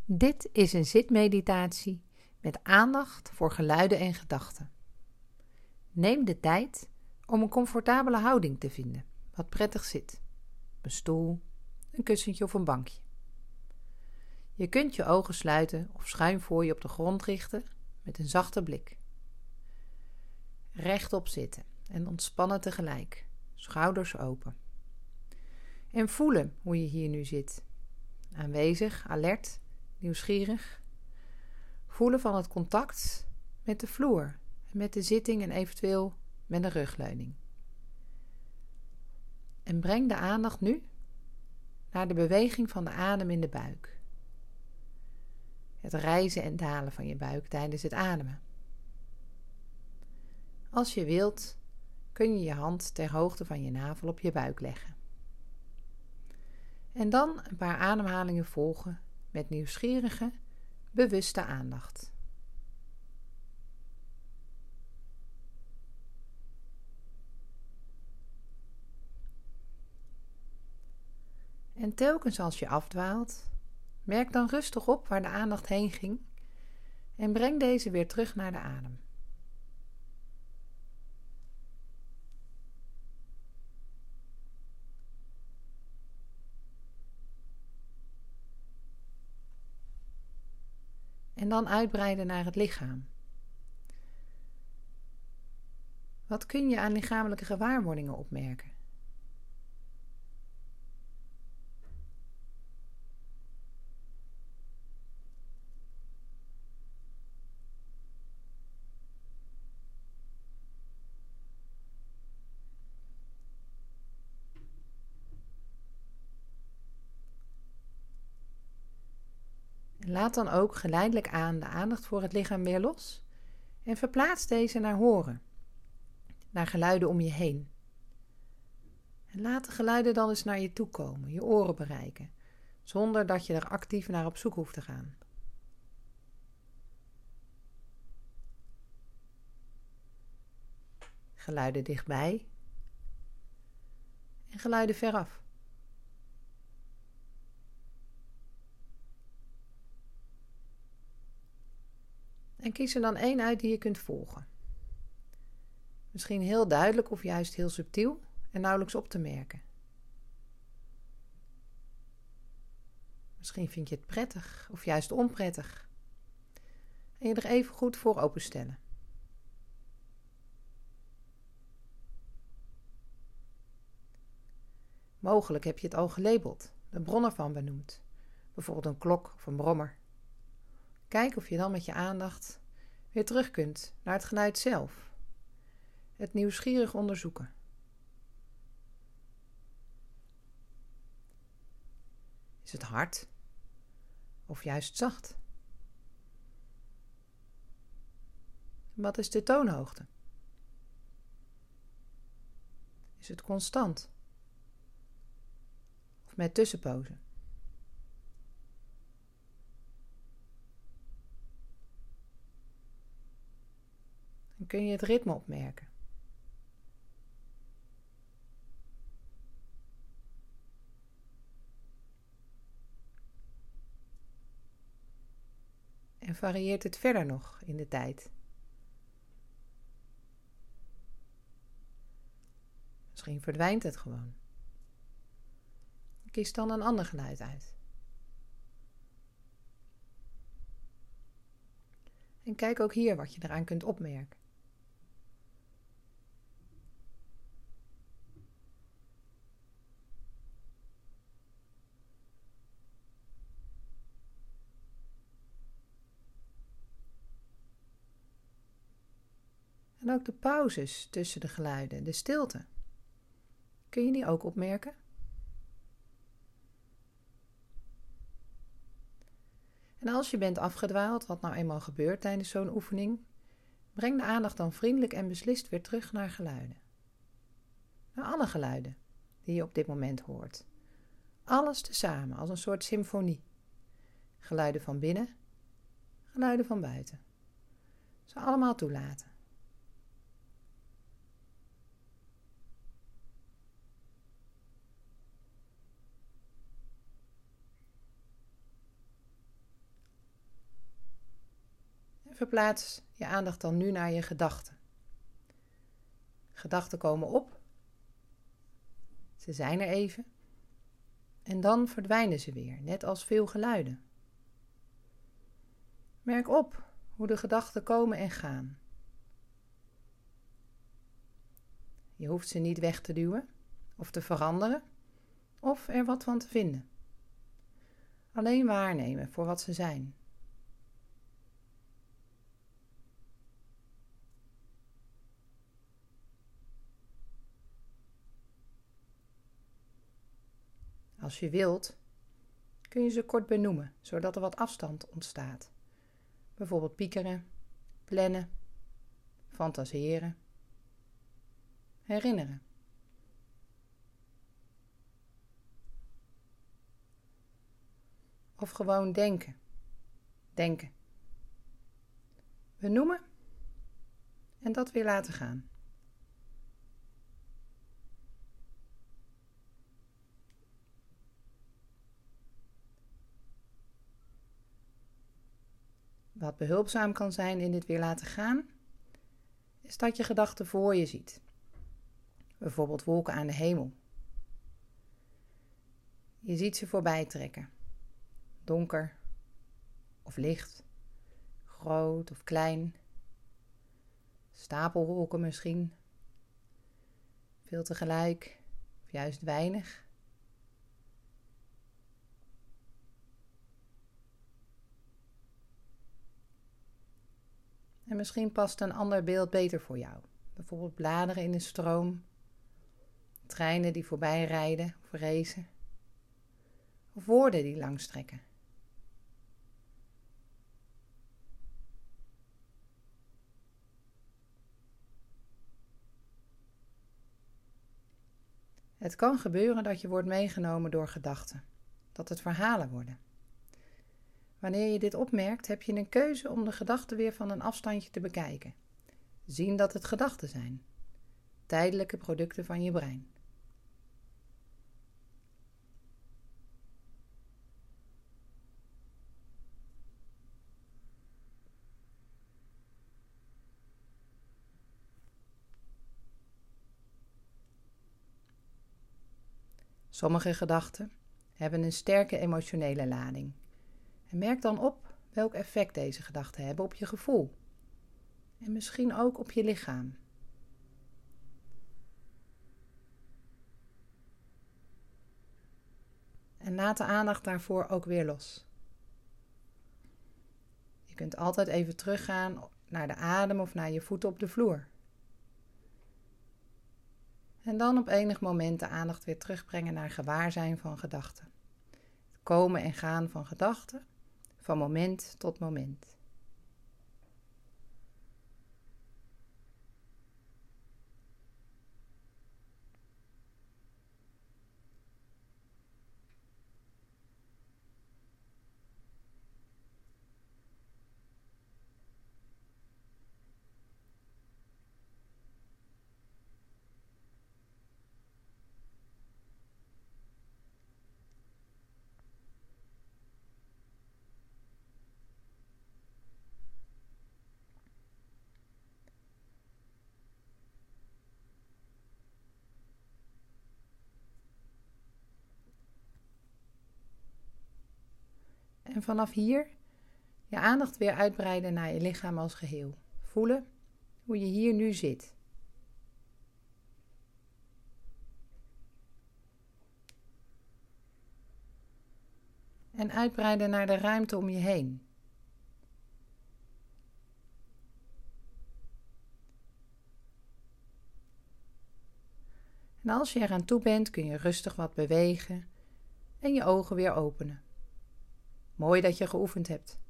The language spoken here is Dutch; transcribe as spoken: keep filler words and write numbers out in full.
Dit is een zitmeditatie met aandacht voor geluiden en gedachten. Neem de tijd om een comfortabele houding te vinden, wat prettig zit. Een stoel, een kussentje of een bankje. Je kunt je ogen sluiten of schuin voor je op de grond richten met een zachte blik. Rechtop zitten en ontspannen tegelijk, schouders open. En voelen hoe je hier nu zit. Aanwezig, alert, nieuwsgierig. Voelen van het contact met de vloer, met de zitting en eventueel met een rugleuning. En breng de aandacht nu naar de beweging van de adem in de buik. Het rijzen en dalen van je buik tijdens het ademen. Als je wilt, kun je je hand ter hoogte van je navel op je buik leggen. En dan een paar ademhalingen volgen met nieuwsgierige, bewuste aandacht. En telkens als je afdwaalt, merk dan rustig op waar de aandacht heen ging en breng deze weer terug naar de adem. En dan uitbreiden naar het lichaam. Wat kun je aan lichamelijke gewaarwordingen opmerken? Laat dan ook geleidelijk aan de aandacht voor het lichaam weer los en verplaats deze naar horen, naar geluiden om je heen. En laat de geluiden dan eens naar je toe komen, je oren bereiken, zonder dat je er actief naar op zoek hoeft te gaan. Geluiden dichtbij en geluiden veraf. En kies er dan één uit die je kunt volgen. Misschien heel duidelijk of juist heel subtiel en nauwelijks op te merken. Misschien vind je het prettig of juist onprettig. En je er even goed voor openstellen. Mogelijk heb je het al gelabeld, de bron ervan benoemd. Bijvoorbeeld een klok of een brommer. Kijk of je dan met je aandacht weer terug kunt naar het geluid zelf. Het nieuwsgierig onderzoeken. Is het hard of juist zacht? Wat is de toonhoogte? Is het constant? Of met tussenpozen? Dan kun je het ritme opmerken. En varieert het verder nog in de tijd? Misschien verdwijnt het gewoon. Kies dan een ander geluid uit. En kijk ook hier wat je eraan kunt opmerken. En ook de pauzes tussen de geluiden, de stilte. Kun je die ook opmerken? En als je bent afgedwaald, wat nou eenmaal gebeurt tijdens zo'n oefening, breng de aandacht dan vriendelijk en beslist weer terug naar geluiden. Naar alle geluiden die je op dit moment hoort. Alles tezamen als een soort symfonie. Geluiden van binnen, geluiden van buiten. Ze allemaal toelaten. verplaats je aandacht dan nu naar je gedachten. Gedachten komen op. Ze zijn er even. En dan verdwijnen ze weer, net als veel geluiden. Merk op hoe de gedachten komen en gaan. Je hoeft ze niet weg te duwen of te veranderen of er wat van te vinden. Alleen waarnemen voor wat ze zijn. Als je wilt, kun je ze kort benoemen, zodat er wat afstand ontstaat. Bijvoorbeeld piekeren, plannen, fantaseren, herinneren. Of gewoon denken. Denken. Benoemen en dat weer laten gaan. Wat behulpzaam kan zijn in dit weer laten gaan, is dat je gedachten voor je ziet. Bijvoorbeeld wolken aan de hemel. Je ziet ze voorbij trekken. Donker of licht, groot of klein, stapelwolken misschien, veel tegelijk of juist weinig. En misschien past een ander beeld beter voor jou. Bijvoorbeeld bladeren in een stroom, treinen die voorbij rijden of racen, of woorden die langstrekken. Het kan gebeuren dat je wordt meegenomen door gedachten, dat het verhalen worden. Wanneer je dit opmerkt, heb je een keuze om de gedachten weer van een afstandje te bekijken. Zien dat het gedachten zijn, tijdelijke producten van je brein. Sommige gedachten hebben een sterke emotionele lading. En merk dan op welk effect deze gedachten hebben op je gevoel. En misschien ook op je lichaam. En laat de aandacht daarvoor ook weer los. Je kunt altijd even teruggaan naar de adem of naar je voeten op de vloer. En dan op enig moment de aandacht weer terugbrengen naar gewaarzijn van gedachten. Het komen en gaan van gedachten, van moment tot moment. En vanaf hier je aandacht weer uitbreiden naar je lichaam als geheel. Voelen hoe je hier nu zit. En uitbreiden naar de ruimte om je heen. En als je eraan toe bent, kun je rustig wat bewegen en je ogen weer openen. Mooi dat je geoefend hebt.